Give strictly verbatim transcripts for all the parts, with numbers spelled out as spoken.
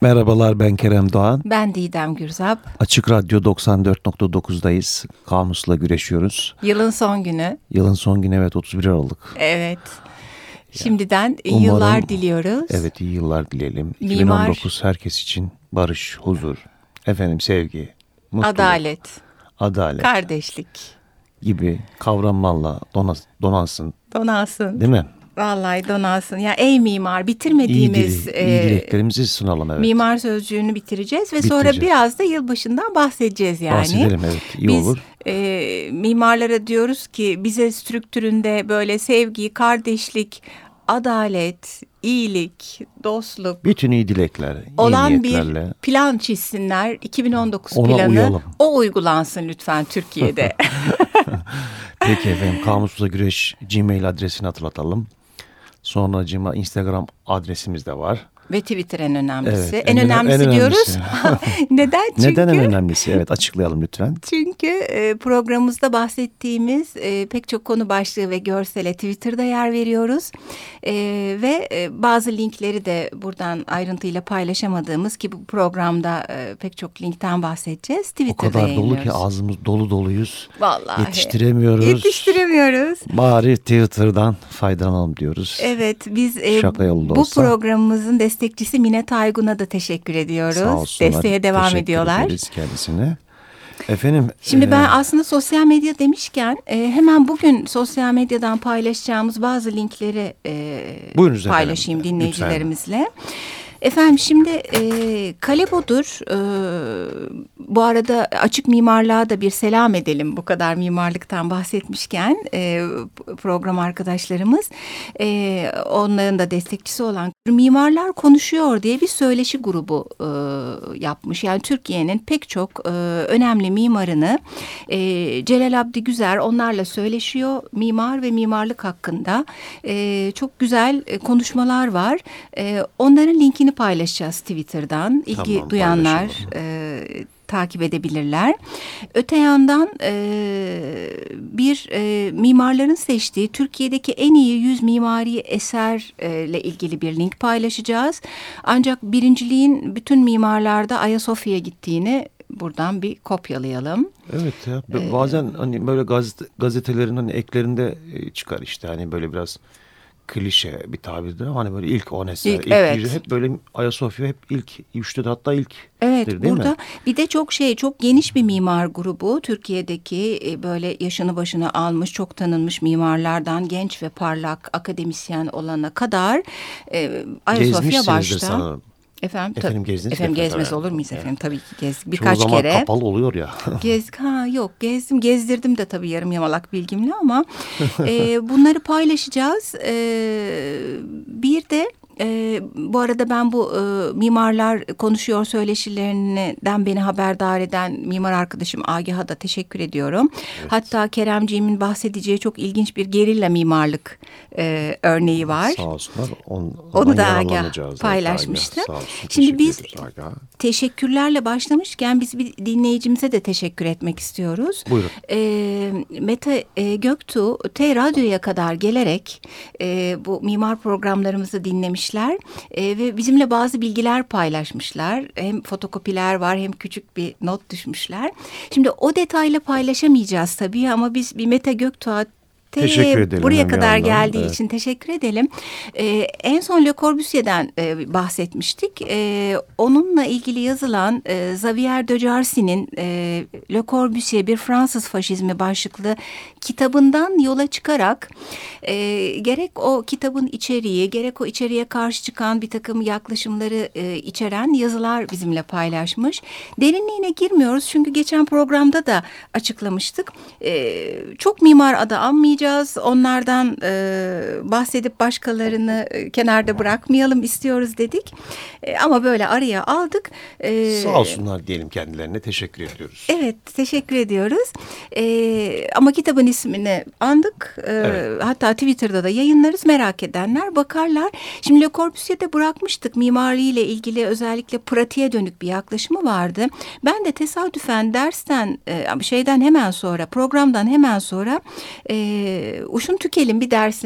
Merhabalar, ben Kerem Doğan. Ben Didem Gürzap. Açık Radyo doksan dört nokta dokuzdayız. Kamusla güreşiyoruz. Yılın son günü. Yılın son günü, evet, otuz bir Aralık. Evet. Şimdiden iyi Umarım, yıllar diliyoruz. Evet, iyi yıllar dileyelim. Mimar, iki bin on dokuz herkes için barış, huzur, efendim sevgi, mutluluk, adalet, adalet, kardeşlik gibi kavramlarla donas, donansın. Donansın. Değil mi? Vallahi donansın. Ya ey mimar, bitirmediğimiz İyi, dili, iyi dileklerimizi sunalım, evet. Mimar sözcüğünü bitireceğiz ve Bitireceğiz. sonra biraz da yılbaşından bahsedeceğiz yani. Bahsedelim, evet, iyi Biz, olur. E, mimarlara diyoruz ki bize strüktüründe böyle sevgi, kardeşlik, adalet, iyilik, dostluk, bütün iyi dilekler, iyi olan niyetlerle bir plan çizsinler. iki bin on dokuz ona planı uyalım. O uygulansın lütfen Türkiye'de. Peki efendim, Kamusla Güreş Gmail adresini hatırlatalım. Sonracığıma Instagram adresimiz de var. Ve Twitter en önemlisi. Evet, en, en, önemlisi en diyoruz. önemlisi. Neden? Çünkü, Neden en önemlisi? Evet, açıklayalım lütfen. Çünkü e, programımızda bahsettiğimiz e, pek çok konu başlığı ve görsele Twitter'da yer veriyoruz. E, ve e, bazı linkleri de buradan ayrıntıyla paylaşamadığımız ki bu programda e, pek çok linkten bahsedeceğiz. Twitter'da o kadar dolu yayınlıyoruz. ki ağzımız dolu doluyuz. Vallahi. Yetiştiremiyoruz. Yetiştiremiyoruz. Bari Twitter'dan faydalanalım diyoruz. Evet, biz e, Şaka yolunda bu olsa. programımızın destekçisi Mine Taygun'a da teşekkür ediyoruz. Sağ olsunlar. Desteğe devam Teşekkür ediyorlar. ederiz kendisine. Efendim. Şimdi e, ben aslında sosyal medya demişken e, hemen bugün sosyal medyadan paylaşacağımız bazı linkleri e, paylaşayım efendim, dinleyicilerimizle. Lütfen. Efendim şimdi e, Kalebodur, e, bu arada açık mimarlığa da bir selam edelim bu kadar mimarlıktan bahsetmişken e, program arkadaşlarımız, e, onların da destekçisi olan Mimarlar Konuşuyor diye bir söyleşi grubu e, yapmış. Yani Türkiye'nin pek çok e, önemli mimarını e, Celal Abdi Güzer onlarla söyleşiyor, mimar ve mimarlık hakkında e, çok güzel e, konuşmalar var. E, onların linkini paylaşacağız Twitter'dan. İlgi Tamam, duyanlar e, takip edebilirler. Öte yandan e, bir e, mimarların seçtiği Türkiye'deki en iyi yüz mimari eserle ilgili bir link paylaşacağız. Ancak birinciliğin bütün mimarlarda Ayasofya'ya gittiğini buradan bir kopyalayalım. Evet ya, bazen hani böyle gazete, gazetelerin hani eklerinde çıkar işte, hani böyle biraz klişe bir tabirdir ama hani böyle ilk on eser, İlk, ilk evet. yüzü hep böyle Ayasofya hep ilk, üçte de hatta ilk. Evet, değil burada mi? Bir de çok şey, çok geniş bir mimar grubu. Türkiye'deki e, böyle yaşını başına almış, çok tanınmış mimarlardan genç ve parlak akademisyen olana kadar e, Ayasofya başta. Sanırım. Efendim, efendim gezdiniz efendim mi? gezmez Efendim, olur muyuz evet. efendim? Tabii ki gezdik. Birkaç Çoğu zaman kere. kapalı oluyor ya. Gez, ha yok gezdim, gezdirdim de tabii yarım yamalak bilgimle ama e, bunları paylaşacağız. E, bir de Ee, bu arada ben bu e, mimarlar konuşuyor söyleşilerinden beni haberdar eden mimar arkadaşım Agah'a da teşekkür ediyorum. Evet. Hatta Keremciğimin bahsedeceği çok ilginç bir gerilla mimarlık e, örneği var. Sağ olsunlar. On, Onu da Agah paylaşmıştı. Olsun, şimdi biz teşekkürlerle başlamışken biz bir dinleyicimize de teşekkür etmek istiyoruz. Buyurun. E, Mete e, Göktuğ T Radyo'ya kadar gelerek e, bu mimar programlarımızı dinlemiş. E, ve bizimle bazı bilgiler paylaşmışlar. Hem fotokopiler var hem küçük bir not düşmüşler. Şimdi o detayla paylaşamayacağız tabii ama biz bir Mete Göktuğ'a teşekkür edelim. Buraya kadar geldiği evet. için teşekkür edelim. Ee, en son Le Corbusier'den e, bahsetmiştik. E, onunla ilgili yazılan e, Xavier de Jarcy'nin e, Le Corbusier bir Fransız faşizmi başlıklı kitabından yola çıkarak e, gerek o kitabın içeriği, gerek o içeriğe karşı çıkan bir takım yaklaşımları e, içeren yazılar bizimle paylaşmış. Derinliğine girmiyoruz çünkü geçen programda da açıklamıştık. E, çok mimar adı anmayacağız. Onlardan e, bahsedip başkalarını e, kenarda bırakmayalım istiyoruz dedik. E, ama böyle araya aldık. E, Sağ olsunlar diyelim kendilerine. Teşekkür ediyoruz. Evet, teşekkür ediyoruz. E, ama kitabın ismini andık. E, evet. Hatta Twitter'da da yayınlarız. Merak edenler bakarlar. Şimdi Le Corbusier'de bırakmıştık. Mimariyle ilgili özellikle pratiğe dönük bir yaklaşımı vardı. Ben de tesadüfen dersten, e, şeyden hemen sonra, programdan hemen sonra... E, Uşun Tükel'in bir dersine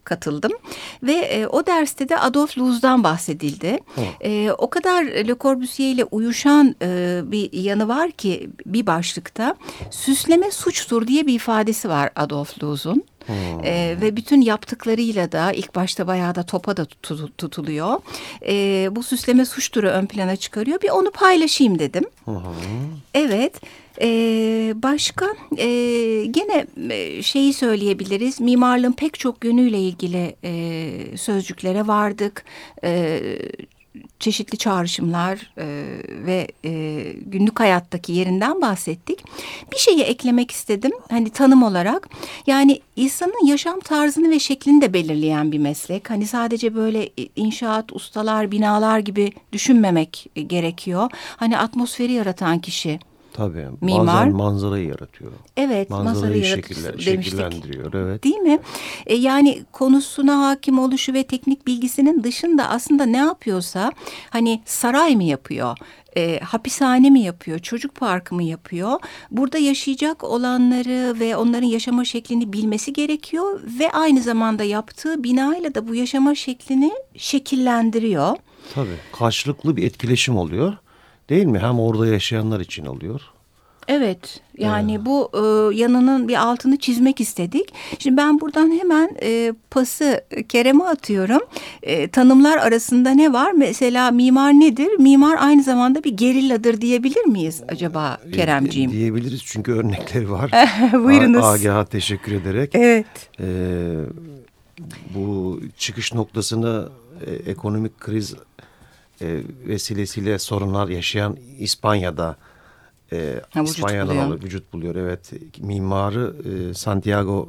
katıldım ve e, o derste de Adolphe Loos'dan bahsedildi. E, o kadar Le Corbusier ile uyuşan e, bir yanı var ki bir başlıkta süsleme suçtur diye bir ifadesi var Adolphe Loos'un. Hmm. Ee, ve bütün yaptıklarıyla da ilk başta bayağı da topa da tut, tutuluyor. Ee, bu süsleme suçturu ön plana çıkarıyor. Bir onu paylaşayım dedim. Hmm. Evet. Ee, başka e, gene e, şeyi söyleyebiliriz. Mimarlığın pek çok yönüyle ilgili e, sözcüklere vardık. E, çeşitli çağrışımlar e, ve e, günlük hayattaki yerinden bahsettik. Bir şeyi eklemek istedim. Hani tanım olarak. Yani insanın yaşam tarzını ve şeklini de belirleyen bir meslek. Hani sadece böyle inşaat, ustalar, binalar gibi düşünmemek gerekiyor. Hani atmosferi yaratan kişi. Tabii. Mimar. Bazen manzarayı yaratıyor. Evet. Manzarayı şekiller, şekillendiriyor. Evet. Değil mi? E, yani konusuna hakim oluşu ve teknik bilgisinin dışında aslında ne yapıyorsa hani saray mı yapıyor? E, hapishane mi yapıyor? Çocuk parkı mı yapıyor? Burada yaşayacak olanları ve onların yaşama şeklini bilmesi gerekiyor ve aynı zamanda yaptığı binayla da bu yaşama şeklini şekillendiriyor. Tabii. Karşılıklı bir etkileşim oluyor. Değil mi? Hem orada yaşayanlar için oluyor. Evet. Yani evet. bu e, yanının bir altını çizmek istedik. Şimdi ben buradan hemen e, pası Kerem'e atıyorum. E, tanımlar arasında ne var? Mesela mimar nedir? Mimar aynı zamanda bir gerilladır diyebilir miyiz acaba Keremciğim? E, diyebiliriz çünkü örnekleri var. Buyurunuz. Agah'a teşekkür ederek. Evet. E, bu çıkış noktasını e, ekonomik kriz e, vesilesiyle sorunlar yaşayan İspanya'da e, ha, İspanya'dan vücut, vücut buluyor. Evet, mimarı e, Santiago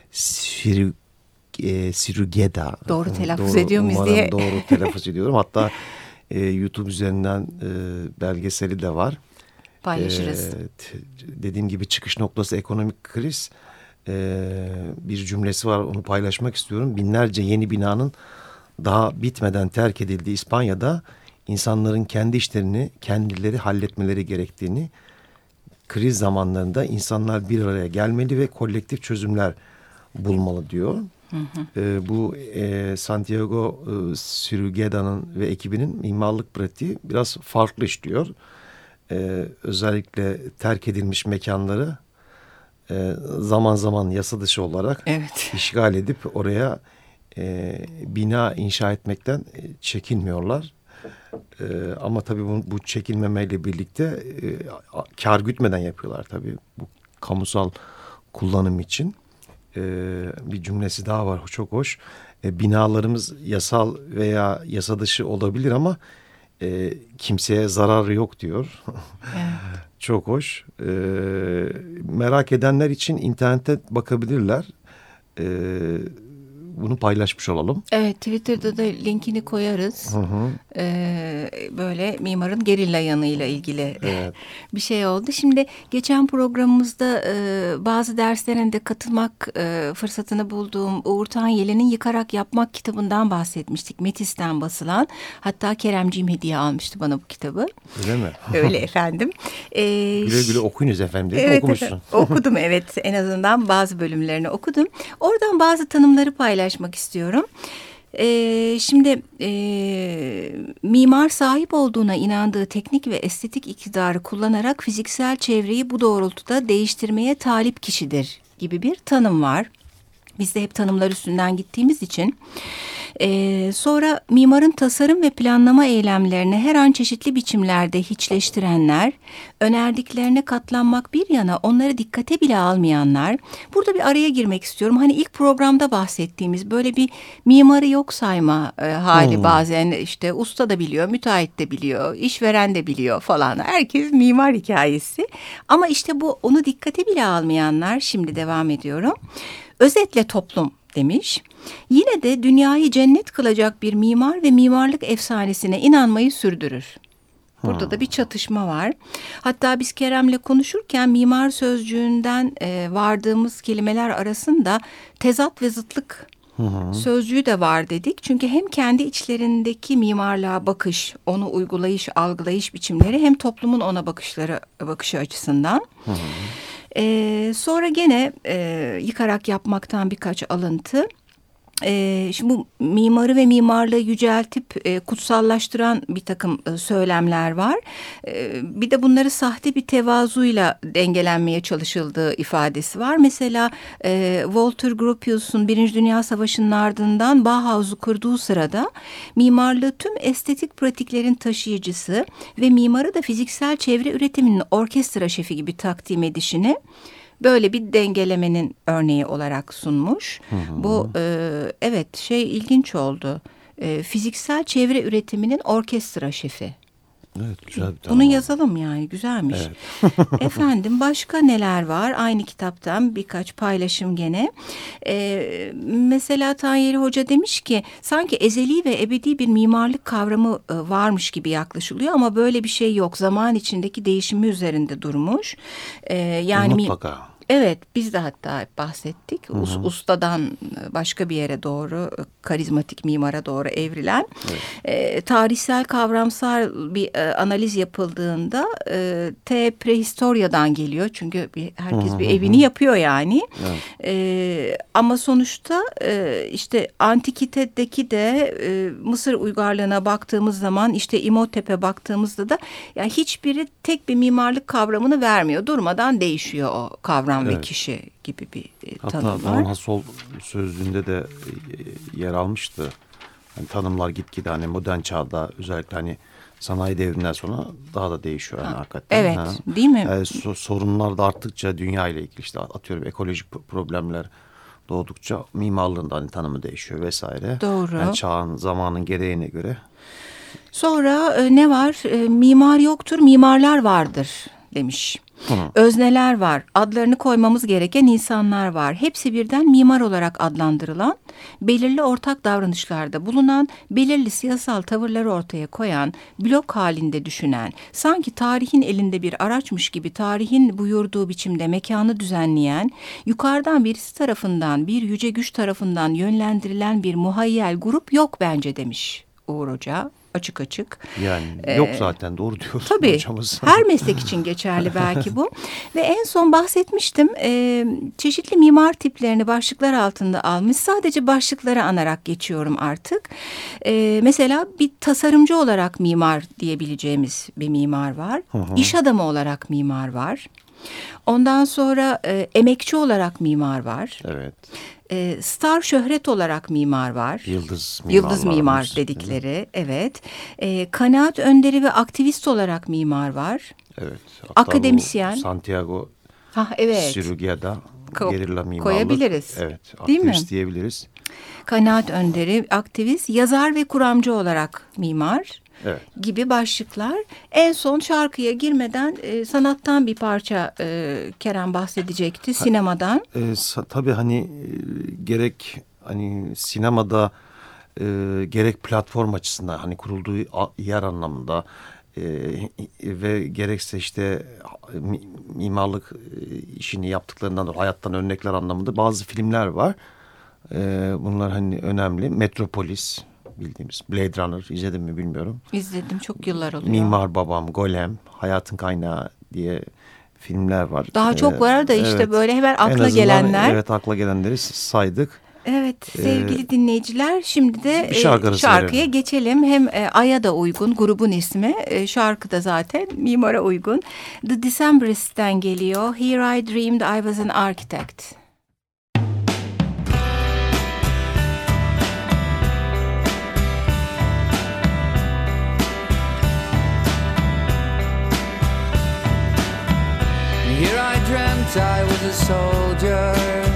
Sir, e, Sirugeda. Doğru telaffuz doğru, ediyor muyuz diye. Doğru telaffuz ediyorum. Hatta e, YouTube üzerinden e, belgeseli de var. Paylaşırız. E, dediğim gibi çıkış noktası ekonomik kriz. E, bir cümlesi var, onu paylaşmak istiyorum. Binlerce yeni binanın daha bitmeden terk edildiği İspanya'da insanların kendi işlerini kendileri halletmeleri gerektiğini, kriz zamanlarında insanlar bir araya gelmeli ve kolektif çözümler bulmalı diyor. Hı hı. E, bu e, Santiago e, Sirugeda'nın ve ekibinin mimarlık pratiği biraz farklı işliyor. E, özellikle terk edilmiş mekanları e, zaman zaman yasa dışı olarak evet. işgal edip oraya e, bina inşa etmekten çekinmiyorlar. Ee, ama tabii bu, bu çekilmemeyle birlikte e, kar gütmeden yapıyorlar tabii bu kamusal kullanım için. Ee, bir cümlesi daha var, çok hoş. E, binalarımız yasal veya yasa dışı olabilir ama e, kimseye zararı yok diyor. Evet. Çok hoş. E, merak edenler için internette bakabilirler. Evet. Bunu paylaşmış olalım. Evet, Twitter'da da linkini koyarız. Hı hı. Ee, böyle mimarın gerilla yanıyla ilgili evet. bir şey oldu. Şimdi geçen programımızda e, bazı derslerinde katılmak e, fırsatını bulduğum Uğur Tanyeli'nin Yıkarak Yapmak kitabından bahsetmiştik. Metis'ten basılan. Hatta Keremciğim hediye almıştı bana bu kitabı. Öyle mi? Öyle efendim. Ee, güle güle okuyunuz efendim. Evet, okumuşsun. Okudum evet. En azından bazı bölümlerini okudum. Oradan bazı tanımları paylaştım. Paylaşmak istiyorum. Ee, şimdi e, mimar sahip olduğuna inandığı teknik ve estetik iktidarı kullanarak fiziksel çevreyi bu doğrultuda değiştirmeye talip kişidir gibi bir tanım var. Biz de hep tanımlar üstünden gittiğimiz için. Ee, sonra mimarın tasarım ve planlama eylemlerini her an çeşitli biçimlerde hiçleştirenler, önerdiklerine katlanmak bir yana onları dikkate bile almayanlar. Burada bir araya girmek istiyorum. Hani ilk programda bahsettiğimiz böyle bir mimarı yok sayma e, hali hmm. bazen işte usta da biliyor, müteahhit de biliyor, işveren de biliyor falan. Herkes mimar hikayesi. Ama işte bu onu dikkate bile almayanlar, şimdi devam ediyorum. Özetle toplum demiş. Yine de dünyayı cennet kılacak bir mimar ve mimarlık efsanesine inanmayı sürdürür. Burada hmm. da bir çatışma var. Hatta biz Kerem'le konuşurken mimar sözcüğünden e, vardığımız kelimeler arasında tezat ve zıtlık hmm. sözcüğü de var dedik. Çünkü hem kendi içlerindeki mimarlığa bakış, onu uygulayış, algılayış biçimleri hem toplumun ona bakışları, bakışı açısından. Hmm. Ee, sonra gene e, yıkarak yapmaktan birkaç alıntı. e, şimdi bu mimarı ve mimarlığı yüceltip e, kutsallaştıran bir takım e, söylemler var. E, bir de bunları sahte bir tevazuyla dengelenmeye çalışıldığı ifadesi var. Mesela e, Walter Gropius'un Birinci Dünya Savaşı'nın ardından Bauhaus'u kurduğu sırada mimarlığı tüm estetik pratiklerin taşıyıcısı ve mimarı da fiziksel çevre üretiminin orkestra şefi gibi takdim edişini böyle bir dengelemenin örneği olarak sunmuş. Hı hı. Bu e, evet şey ilginç oldu. E, fiziksel çevre üretiminin orkestra şefi. Evet, güzel bir Bunu yazalım yani, güzelmiş. Evet. Efendim başka neler var? Aynı kitaptan birkaç paylaşım gene. Ee, mesela Tanyeli Hoca demiş ki sanki ezeli ve ebedi bir mimarlık kavramı e, varmış gibi yaklaşılıyor ama böyle bir şey yok. Zaman içindeki değişimi üzerinde durmuş. Ee, yani mutlaka. Evet, biz de hatta bahsettik. Hı hı. Ustadan başka bir yere doğru, karizmatik mimara doğru evrilen. Evet. E, tarihsel, kavramsal bir e, analiz yapıldığında e, te prehistoryadan geliyor. Çünkü bir, herkes hı hı. bir evini yapıyor yani. Evet. E, ama sonuçta e, işte Antikite'deki de e, Mısır uygarlığına baktığımız zaman, işte İmhotep'e baktığımızda da yani hiçbiri tek bir mimarlık kavramını vermiyor. Durmadan değişiyor o kavram. Evet. Ve kişi gibi bir Hatta tanım var. Hatta Doğan Hasol sözlüğünde de yer almıştı. Yani tanımlar gitgide hani modern çağda özellikle hani sanayi devrinden sonra daha da değişiyor yani ha, hakikaten. Evet, ha. değil mi? Yani so- sorunlar da arttıkça dünya ile ilgili işte atıyorum ekolojik problemler doğdukça mimarlığın da hani tanımı değişiyor vesaire. Doğru. Yani çağın, zamanın gereğine göre. Sonra e, ne var? E, mimar yoktur, mimarlar vardır demiş. Hı. Özneler var, adlarını koymamız gereken insanlar var. Hepsi birden mimar olarak adlandırılan, belirli ortak davranışlarda bulunan, belirli siyasal tavırları ortaya koyan, blok halinde düşünen, sanki tarihin elinde bir araçmış gibi tarihin buyurduğu biçimde mekanı düzenleyen, yukarıdan birisi tarafından, bir yüce güç tarafından yönlendirilen bir muhayyel grup yok bence demiş Uğur Hoca. Açık açık. Yani yok zaten, doğru diyor. Tabii hocamız. Her meslek için geçerli belki bu. Ve en son bahsetmiştim, e, çeşitli mimar tiplerini başlıklar altında almış. Sadece başlıkları anarak geçiyorum artık. E, mesela bir tasarımcı olarak mimar diyebileceğimiz bir mimar var. Hı hı. İş adamı olarak mimar var. Ondan sonra e, emekçi olarak mimar var. Evet. E, star şöhret olarak mimar var. Yıldız mimar. Yıldız mimar dedikleri, evet. E, kanaat önderi ve aktivist olarak mimar var. Evet. Akademisyen. Santiago ha, evet. Sürügya'da gerilla mimarlık. Koyabiliriz. Evet. Aktivist değil mi? Diyebiliriz. Kanaat önderi, aktivist, yazar ve kuramcı olarak mimar. Evet. Gibi başlıklar. En son şarkıya girmeden e, sanattan bir parça e, Kerem bahsedecekti, ha, sinemadan. E, sa- tabii hani e, gerek hani sinemada e, gerek platform açısından hani kurulduğu yer anlamında e, ve gerekse işte mi, mimarlık e, işini yaptıklarından dolayı hayattan örnekler anlamında bazı filmler var. E, bunlar hani önemli. Metropolis, bildiğimiz Blade Runner, izledim mi bilmiyorum. İzledim, çok yıllar oluyor. Mimar Babam, Golem, Hayatın Kaynağı diye filmler var. Daha çok ee, var da işte evet, böyle hemen akla azından, gelenler. Evet, akla gelenleri saydık. Evet sevgili ee, dinleyiciler, şimdi de şarkıya verelim. geçelim. Hem e, Ay'a da uygun, grubun ismi, e, şarkı da zaten mimara uygun. The Decemberist'ten geliyor. Here I Dreamed I Was an Architect. Here I dreamt I was a soldier,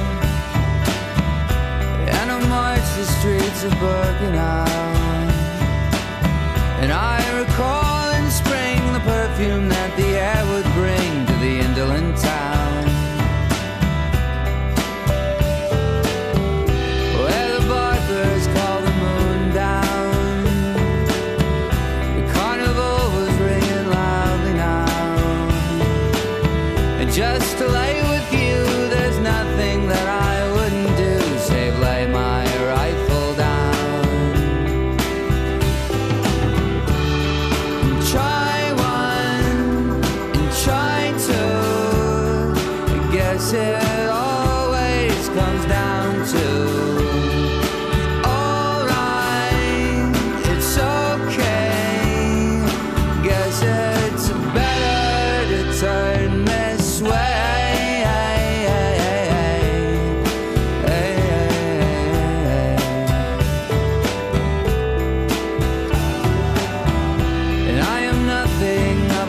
and I marched the streets of Birkenau. And I recall in spring the perfume that the air would bring to the indolent town, where the barbers call the moon down. The carnival was ringing loudly now. And just to lay with you, there's nothing that I wouldn't do, save lay my rifle down. And try one, and try two, I guess it always comes down to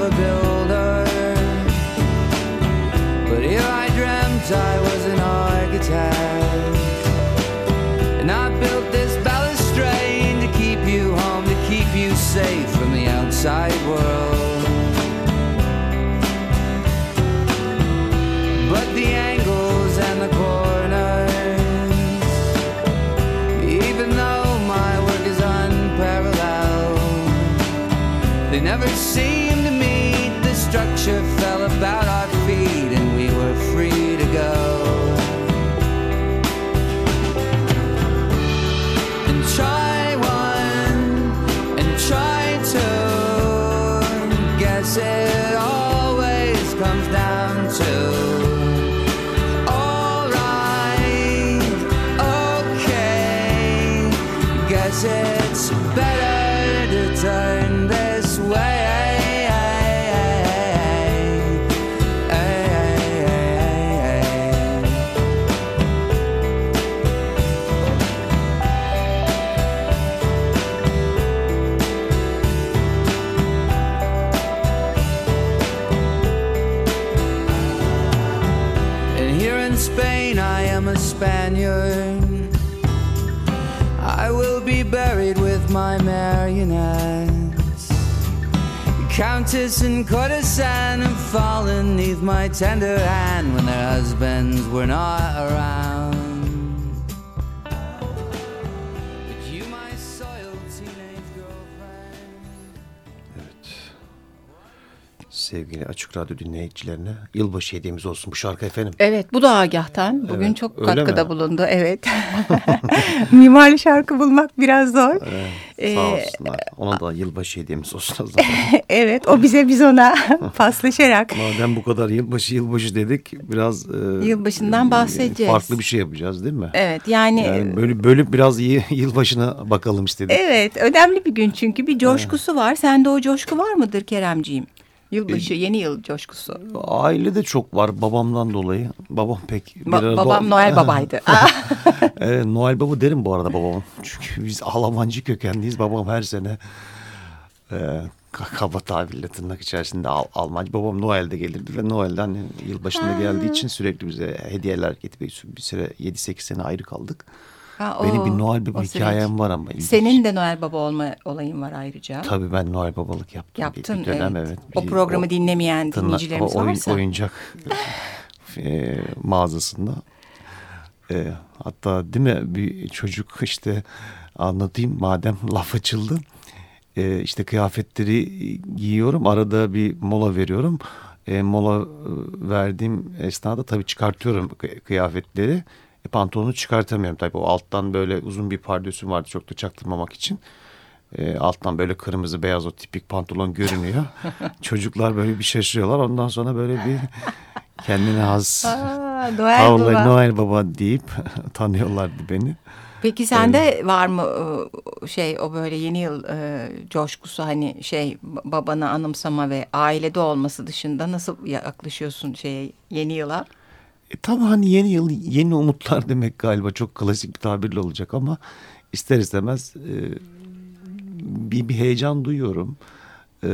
a builder, but here I dreamt I was an architect, and I built this balustrade to keep you home, to keep you safe from the outside world. But the angles and the corners, even though my work is unparalleled, they never seemed to meet. The structure fell about our feet and we were free to go. And try one and try two, guess it always comes down to alright, okay, guess it's better to turn this way. Spain, I am a Spaniard. I will be buried with my marionettes. Countess and courtesan have fallen neath my tender hand when their husbands were not around. But you, my soiled teenage girlfriend. Evet. Sevgili Açık Radyo dinleyicilerine yılbaşı hediyemiz olsun bu şarkı efendim. Evet, bu da Agah'tan. Bugün Evet, çok öyle katkıda mi? bulundu. Evet. Mimarlı şarkı bulmak biraz zor. Evet, Ee, sağ olsunlar. Ona da yılbaşı hediyemiz olsun o zaman. Evet, o bize biz ona paslaşarak. Madem bu kadar yılbaşı yılbaşı dedik biraz e, Yılbaşından bahsedeceğiz. Farklı bir şey yapacağız değil mi? Evet, yani, Yani böyle bölüp biraz iyi yılbaşına bakalım istedik. Evet, önemli bir gün çünkü bir coşkusu var. Sende o coşku var mıdır Keremciğim? Yılbaşı, yeni yıl coşkusu. Ailede çok var babamdan dolayı. Babam pek... bir Ba- arada- babam Noel babaydı. Evet, Noel Baba derim bu arada babamın. Çünkü biz Almancı kökenliyiz. Babam her sene e, kaba tabirle tırnak içerisinde Al- Almancı. Babam Noel'de gelirdi ve Noel'den hani yılbaşında geldiği için sürekli bize hediyeler getirdi. Bir süre yedi sekiz sene ayrı kaldık. Ha, o, Benim bir Noel Baba o hikayem süreç. var ama. ilginç. Senin de Noel Baba olma olayın var ayrıca. Tabii ben Noel Babalık yaptım. Yaptın, bir, bir dönem, evet. evet. O Bir- programı o- dinlemeyen tırnak- dinleyicilerimiz o oyun- varsa. Oyuncak e, mağazasında. E, hatta değil mi bir çocuk işte anlatayım madem laf açıldı. E, işte kıyafetleri giyiyorum. Arada bir mola veriyorum. E, mola e, verdiğim esnada tabii çıkartıyorum kı- kıyafetleri. E, pantolonu çıkartamıyorum tabii. O alttan böyle uzun bir pardösüm vardı çok da çaktırmamak için. E, alttan böyle kırmızı beyaz o tipik pantolon görünüyor. Çocuklar böyle bir şaşırıyorlar. Ondan sonra böyle bir kendine has Aa, Noel tavla Baba. Noel Baba deyip tanıyorlardı beni. Peki sende var mı e, şey o böyle yeni yıl e, coşkusu hani şey babanı anımsama ve ailede olması dışında nasıl yaklaşıyorsun şeye yeni yıla? E, tabii hani yeni yıl yeni umutlar demek galiba çok klasik bir tabirle olacak ama ister istemez e, bir, bir heyecan duyuyorum. E,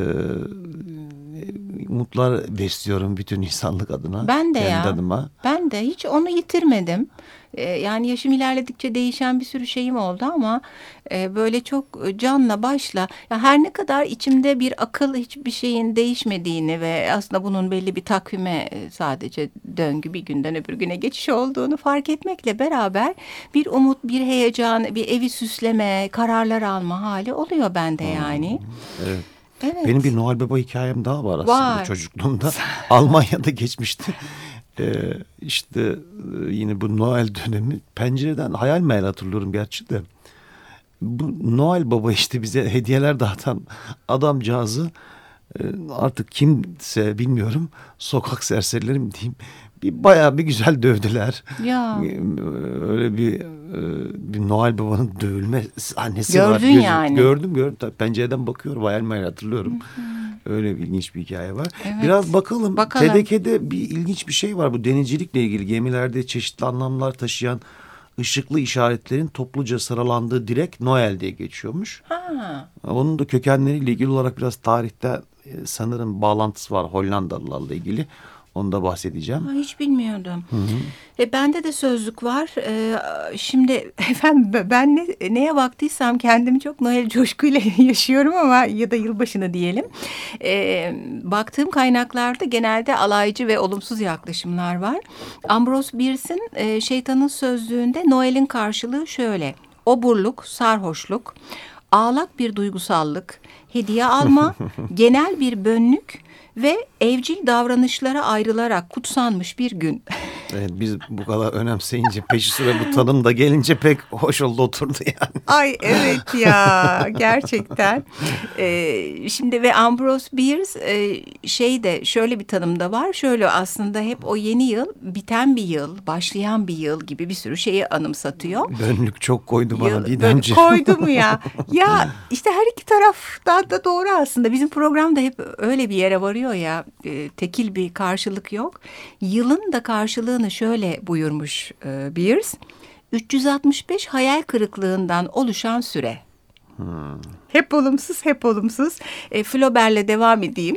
umutlar besliyorum bütün insanlık adına. Ben de kendi ya. adıma. Ben de hiç onu yitirmedim. Ee, yani yaşım ilerledikçe değişen bir sürü şeyim oldu ama e, böyle çok canla başla. Ya her ne kadar içimde bir akıl hiçbir şeyin değişmediğini ve aslında bunun belli bir takvime e, sadece döngü bir günden öbür güne geçiş olduğunu fark etmekle beraber bir umut, bir heyecan, bir evi süsleme, kararlar alma hali oluyor bende yani. Evet. Evet. Benim bir Noel Baba hikayem daha var aslında Var. çocukluğumda. Almanya'da geçmişti. Ee, işte e, yine bu Noel dönemi pencereden hayal meyal hatırlıyorum gerçi de. Bu Noel Baba işte bize hediyeler dağıtan adamcağızı e, artık kimse bilmiyorum sokak serserileri mi diyeyim bir bayağı bir güzel dövdüler. Ya. Öyle bir bir Noel Baba'nın dövülme sahnesi var. Gördün yani. Gördüm gördüm. Tabii pencereden bakıyorum. Hayal meyal hatırlıyorum. Öyle bir ilginç bir hikaye var. Evet. Biraz bakalım. Bakalım. T D K'de bir ilginç bir şey var. Bu denizcilikle ilgili gemilerde çeşitli anlamlar taşıyan ışıklı işaretlerin topluca sıralandığı direk Noel diye geçiyormuş. Ha. Onun da kökenleriyle ilgili olarak biraz tarihte sanırım bağlantısı var Hollandalılarla ilgili. Onu da bahsedeceğim. Ha, hiç bilmiyordum. Hı hı. E, bende de sözlük var. E, şimdi efendim ben ne, neye baktıysam kendimi çok Noel coşkuyla yaşıyorum ama ya da yılbaşını diyelim. E, baktığım kaynaklarda genelde alaycı ve olumsuz yaklaşımlar var. Ambrose Bierce'in e, Şeytanın Sözlüğü'nde Noel'in karşılığı şöyle: oburluk, sarhoşluk, ağlak bir duygusallık, hediye alma, genel bir bönlük ve evcil davranışlara ayrılarak kutsanmış bir gün. Evet, biz bu kadar önemseyince peşi sıra bu tanım da gelince pek hoş oldu, oturdu yani. Ay evet ya, gerçekten. Ee, şimdi ve Ambrose Bierce e, şey de şöyle bir tanımda var. Şöyle aslında hep o yeni yıl biten bir yıl, başlayan bir yıl gibi bir sürü şeyi anımsatıyor. Bönlük çok koydu bana Yıl, Didemciğim. Koydu mu ya? Ya işte her iki tarafta da doğru aslında. Bizim programda hep öyle bir yere varıyor ya. E, tekil bir karşılık yok. Yılın da karşılığını şöyle buyurmuş e, Bierce. üç yüz altmış beş hayal kırıklığından oluşan süre. Hmm. Hep olumsuz, hep olumsuz. E, Flaubert'le devam edeyim.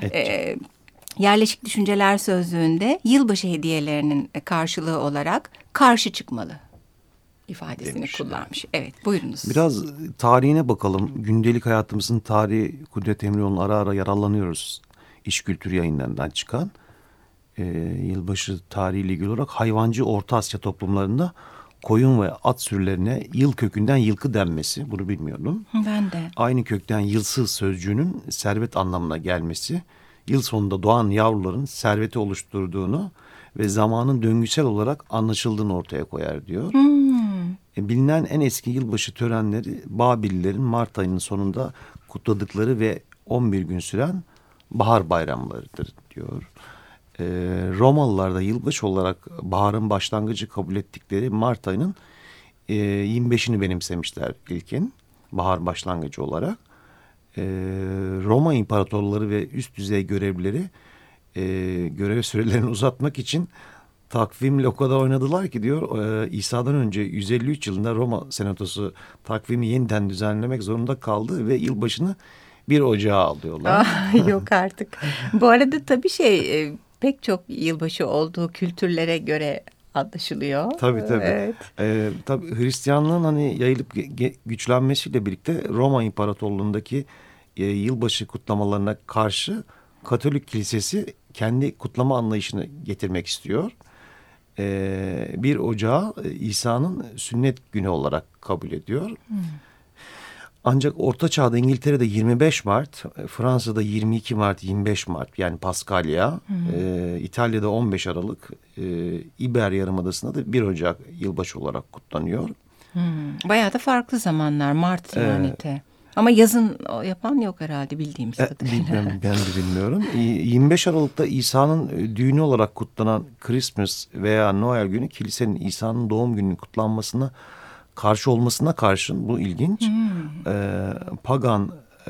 E, Yerleşik Düşünceler Sözlüğü'nde yılbaşı hediyelerinin karşılığı olarak karşı çıkmalı ifadesini demiş, kullanmış. Evet, buyurunuz. Biraz tarihine bakalım. Gündelik hayatımızın tarihi Kudret Emrioğlu'nun ara ara yararlanıyoruz. İş Kültürü Yayınlarından çıkan e, yılbaşı tarihiyle ilgili olarak hayvancı Orta Asya toplumlarında koyun ve at sürülerine yıl kökünden yılkı denmesi. Bunu bilmiyordum. Ben de. Aynı kökten yılsız sözcüğünün servet anlamına gelmesi, yıl sonunda doğan yavruların serveti oluşturduğunu ve zamanın döngüsel olarak anlaşıldığını ortaya koyar diyor. Hmm. E, bilinen en eski yılbaşı törenleri Babillerin Mart ayının sonunda kutladıkları ve on bir gün süren bahar bayramlarıdır diyor. Ee, Romalılar da yılbaşı olarak baharın başlangıcı kabul ettikleri Mart ayının e, yirmi beşini benimsemişler ilkin. Bahar başlangıcı olarak. Ee, Roma imparatorları ve üst düzey görevlileri e, görev sürelerini uzatmak için takvimle o kadar oynadılar ki diyor e, İsa'dan önce yüz elli üç yılında Roma senatosu takvimi yeniden düzenlemek zorunda kaldı ve yılbaşını bir Ocağı alıyorlar. Ah, yok artık. Bu arada tabii şey e, pek çok yılbaşı olduğu kültürlere göre anlaşılıyor. Tabii tabii. Evet. Ee, tabii Hristiyanlığın hani yayılıp güçlenmesiyle birlikte Roma İmparatorluğu'ndaki e, yılbaşı kutlamalarına karşı Katolik Kilisesi kendi kutlama anlayışını getirmek istiyor. Ee, bir Ocağı İsa'nın sünnet günü olarak kabul ediyor. Hmm. Ancak Orta Çağ'da İngiltere'de yirmi beş Mart, Fransa'da yirmi iki Mart, yirmi beş Mart yani Paskalya, e, İtalya'da on beş Aralık, e, İber Yarımadası'nda da bir Ocak yılbaşı olarak kutlanıyor. Hmm. Bayağı da farklı zamanlar, Mart yani de. Ee, Ama yazın yapan yok herhalde bildiğimiz kadarıyla. Bilmem, ben de bilmiyorum. yirmi beş Aralık'ta İsa'nın düğünü olarak kutlanan Christmas veya Noel günü kilisenin İsa'nın doğum gününün kutlanmasına karşı olmasına karşın bu ilginç. Hmm. Ee, Pagan e,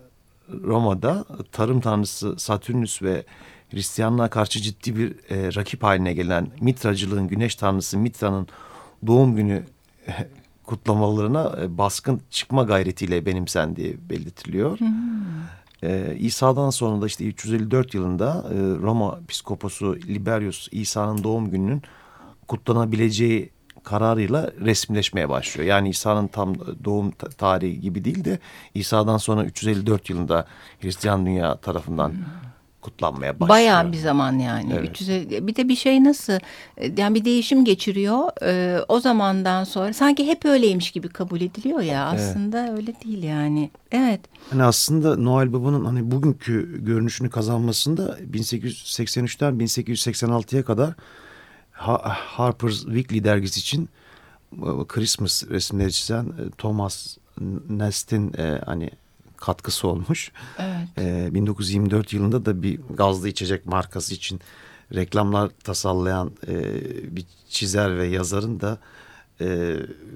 Roma'da tarım tanrısı Satürnüs ve Hristiyanlığa karşı ciddi bir e, rakip haline gelen Mitracılığın güneş tanrısı Mitra'nın doğum günü e, kutlamalarına e, baskın çıkma gayretiyle benimsendiği belirtiliyor. Hmm. Ee, İsa'dan sonra da işte üç yüz elli dört yılında e, Roma Piskoposu Liberius İsa'nın doğum gününün kutlanabileceği kararıyla resmileşmeye başlıyor. Yani İsa'nın tam doğum tarihi gibi değil de İsa'dan sonra üç yüz elli dört yılında Hristiyan dünya tarafından hmm. kutlanmaya başlıyor. Bayağı bir zaman yani. Evet. üç yüz elli Bir de bir şey nasıl yani bir değişim geçiriyor. Ee, o zamandan sonra sanki hep öyleymiş gibi kabul ediliyor ya. Aslında evet. Öyle değil yani. Evet. Hani aslında Noel Baba'nın hani bugünkü görünüşünü kazanmasında bin sekiz yüz seksen üçten bin sekiz yüz seksen altıya kadar Harper's Weekly dergisi için Christmas resimleri çizen Thomas Nast'in e, hani katkısı olmuş. Evet. E, bin dokuz yüz yirmi dört yılında da bir gazlı içecek markası için reklamlar tasarlayan e, bir çizer ve yazarın da e,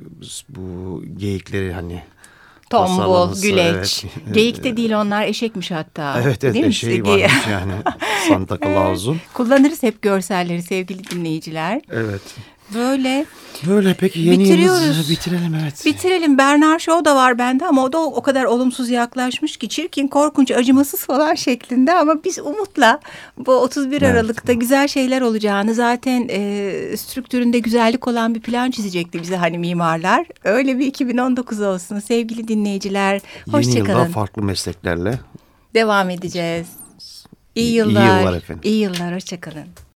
bu geyikleri hani tombul, güleç. Evet. Geyik de değil onlar, eşekmiş hatta. Evet, evet eşeği varmış yani Santa Claus'un. Kullanırız hep görselleri sevgili dinleyiciler. Evet. Böyle. Böyle peki yeni Bitiriyoruz. yılımızı bitirelim evet. Bitirelim. Bernard Shaw da var bende ama o da o kadar olumsuz yaklaşmış ki çirkin, korkunç, acımasız falan şeklinde ama biz umutla bu otuz bir Evet. Aralık'ta güzel şeyler olacağını zaten e, strüktüründe güzellik olan bir plan çizecekti bize hani mimarlar. Öyle bir iki bin on dokuz olsun sevgili dinleyiciler. Yeni yılda Hoşçakalın. farklı mesleklerle. Devam edeceğiz. İyi İyi yıllar. yıllar efendim. İyi yıllar. Hoşçakalın.